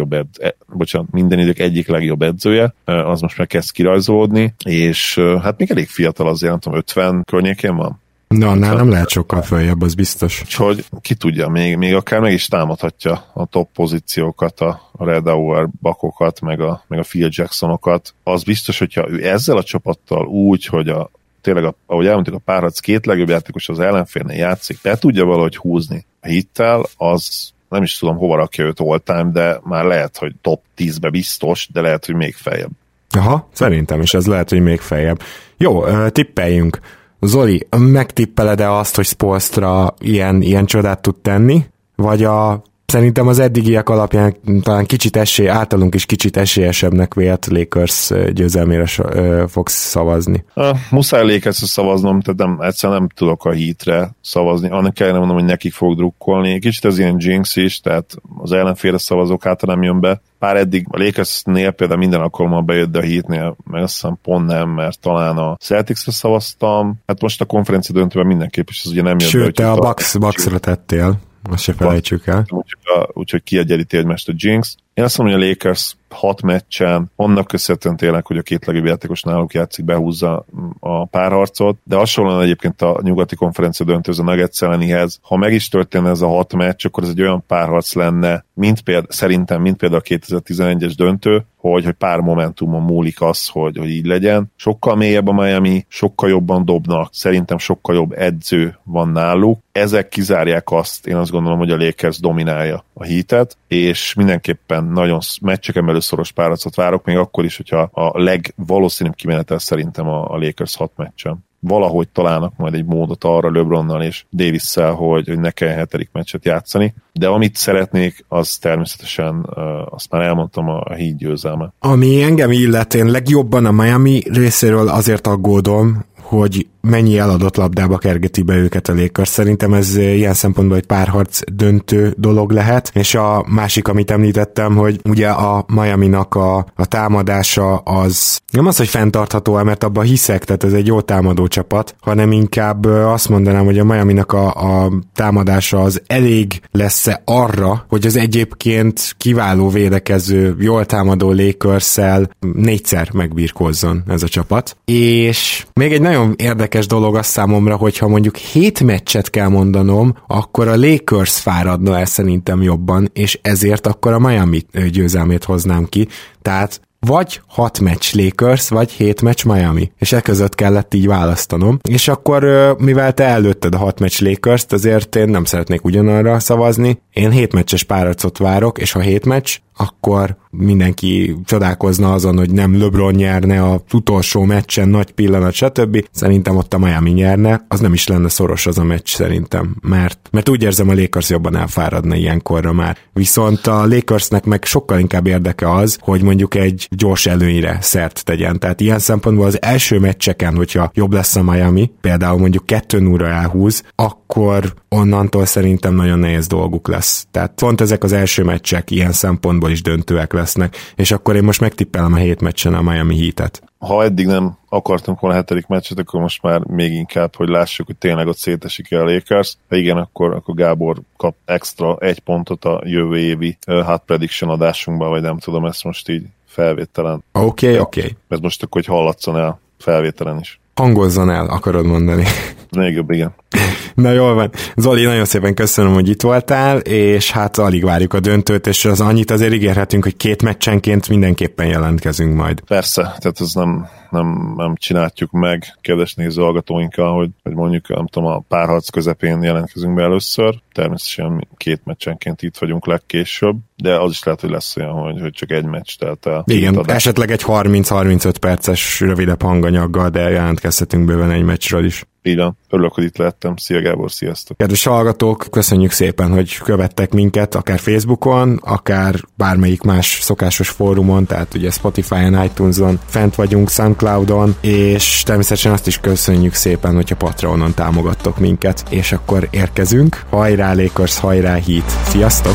idők egyik legjobb edzője, az most már kezd kirajzolódni, és hát még elég fiatal azért, nem tudom, 50 környékén van. Na, nem lehet sokkal följebb, az biztos. Úgyhogy ki tudja, még akár meg is támadhatja a top pozíciókat, a Red Auer bakokat, meg a Phil Jacksonokat. Az biztos, hogyha ő ezzel a csapattal úgy, hogy tényleg, ahogy elmondtuk, a párharc két legjobb játékos az ellenfélnél játszik, be tudja valahogy húzni a Heattel, az nem is tudom, hova rakja őt all time, de már lehet, hogy top 10-be biztos, de lehet, hogy még feljebb. Aha, szerintem is ez lehet, hogy még feljebb. Jó, tippeljünk. Zoli, megtippeled-e azt, hogy Spoelstra ilyen csodát tud tenni? Vagy szerintem az eddigiek alapján talán általunk is kicsit esélyesebbnek vélt Lakers győzelmére fogsz szavazni? Muszáj Lakersre szavaznom, tehát egyszerűen nem tudok a Heatre szavazni. Annak kellene mondom, hogy nekik fog drukkolni. Kicsit ez ilyen jinx is, tehát az ellenfélre szavazók által nem jön be. Pár eddig a Lakersnél például minden alkalommal bejött, de a Heatnél meg azt hiszem pont nem, mert talán a Celticsre szavaztam. Hát most a konferencia döntőben mindenképp is az ugye nem jött be. Sőt, te a Bucksra tettél. Azt se felejtsük el. Úgyhogy kiegyenlíti egymást a Jinx. Én azt mondom, hogy a Lakers 6 meccsen, annak köszönhetően tényleg, hogy a két legjobb játékos náluk játszik, behúzza a párharcot, de hasonlóan egyébként a nyugati konferencia döntőző Nuggets ellenihez. Ha meg is történne ez a 6 meccs, akkor ez egy olyan párharc lenne, szerintem, mint például a 2011-es döntő, hogy pár momentumon múlik az, hogy így legyen. Sokkal mélyebb a Miami, sokkal jobban dobnak, szerintem sokkal jobb edző van náluk. Ezek kizárják azt, én azt gondolom, hogy a Lakers dominálja a Heatet, és mindenképpen nagyon meccseken belül szoros párharcot várok, még akkor is, hogyha a legvalószínűbb kimenetel szerintem a Lakers 6 meccsen. Valahogy találnak majd egy módot arra LeBronnal és Davisszel, hogy ne kell 7. meccset játszani, de amit szeretnék, az természetesen, azt már elmondtam, a Heat győzelme. Ami engem illet, én legjobban a Miami részéről azért aggódom, hogy mennyi eladott labdába kergeti be őket a Lakers. Szerintem ez ilyen szempontból egy párharc döntő dolog lehet, és a másik, amit említettem, hogy ugye a Miaminak a támadása az nem az, hogy fenntartható, mert abban hiszek, tehát ez egy jó támadó csapat, hanem inkább azt mondanám, hogy a Miaminak a támadása az elég lesz-e arra, hogy az egyébként kiváló védekező, jól támadó Lakers-szel 4-szer megbirkózzon ez a csapat. És még egy nagyon érdekes dolog az számomra, hogyha mondjuk 7 meccset kell mondanom, akkor a Lakers fáradna el szerintem jobban, és ezért akkor a Miami győzelmét hoznám ki. Tehát vagy 6 meccs Lakers, vagy 7 meccs Miami. És e között kellett így választanom. És akkor, mivel te előtted a 6 meccs Lakers-t, azért én nem szeretnék ugyanarra szavazni. Én 7 meccses párharcot várok, és ha 7 meccs, akkor mindenki csodálkozna azon, hogy nem LeBron nyerne a utolsó meccsen, nagy pillanat, stb. Szerintem ott a Miami nyerne, az nem is lenne szoros az a meccs szerintem, mert úgy érzem, a Lakers jobban elfáradna ilyenkorra már. Viszont a Lakersnek meg sokkal inkább érdeke az, hogy mondjuk egy gyors előnyre szert tegyen. Tehát ilyen szempontból az első meccseken, hogyha jobb lesz a Miami, például mondjuk 2-0-ra elhúz, akkor onnantól szerintem nagyon nehéz dolguk lesz. Tehát pont ezek az első meccsek ilyen szempontból is döntőek lesznek, és akkor én most megtippelem a 7 meccsen a Miami Heatet. Ha eddig nem akartunk volna 7. meccset, akkor most már még inkább, hogy lássuk, hogy tényleg ott szétesik el a Lakers. Ha igen, akkor Gábor kap extra 1 pontot a jövő évi hot prediction adásunkban, vagy nem tudom, ezt most így felvételen. Oké. Ez most akkor, hogy hallatszon el felvételen is. Hangozzon el, akarod mondani. Még jobb, igen. Na jól van. Zoli, nagyon szépen köszönöm, hogy itt voltál, és hát alig várjuk a döntőt, és az annyit azért ígérhetünk, hogy 2 meccsenként mindenképpen jelentkezünk majd. Persze, tehát ez nem csináljuk meg, kedves nézőhallgatóinkkal, hogy mondjuk, nem tudom, a párharc közepén jelentkezünk be először. Természetesen 2 meccsenként itt vagyunk legkésőbb, de az is lehet, hogy lesz olyan, hogy csak 1 meccs telt el. Igen, esetleg egy 30-35 perces rövidebb hanganyaggal, de jelentkezhetünk bőven egy meccsről is. Így van. Örülök, hogy itt lehettem. Szia Gábor, sziasztok! Kedves hallgatók, köszönjük szépen, hogy követtek minket, akár Facebookon, akár bármelyik más szokásos fórumon, tehát ugye Spotify-on, iTunes-on, fent vagyunk, Soundcloud-on, és természetesen azt is köszönjük szépen, hogyha Patreonon támogattok minket, és akkor érkezünk. Hajrá Lakers, hajrá Heat! Sziasztok!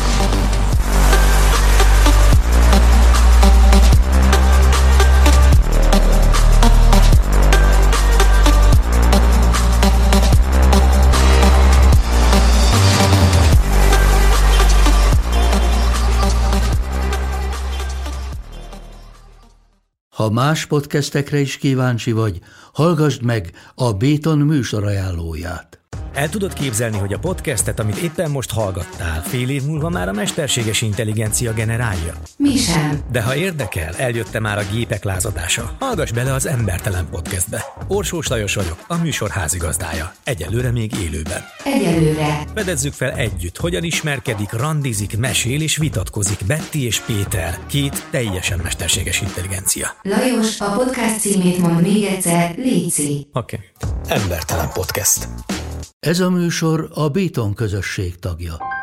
Ha más podcastekre is kíváncsi vagy, hallgassd meg a Béton műsor ajánlóját. El tudod képzelni, hogy a podcastet, amit éppen most hallgattál, fél év múlva már a mesterséges intelligencia generálja? Mi sem. De ha érdekel, eljött már a gépek lázadása. Hallgass bele az Embertelen Podcastbe. Orsós Lajos vagyok, a műsor házigazdája. Egyelőre még élőben. Egyelőre. Fedezzük fel együtt, hogyan ismerkedik, randizik, mesél és vitatkozik Betty és Péter, két teljesen mesterséges intelligencia. Lajos, a podcast címét mond még egyszer, léci. Oké. Embertelen Podcast. Ez a műsor a Béton közösség tagja.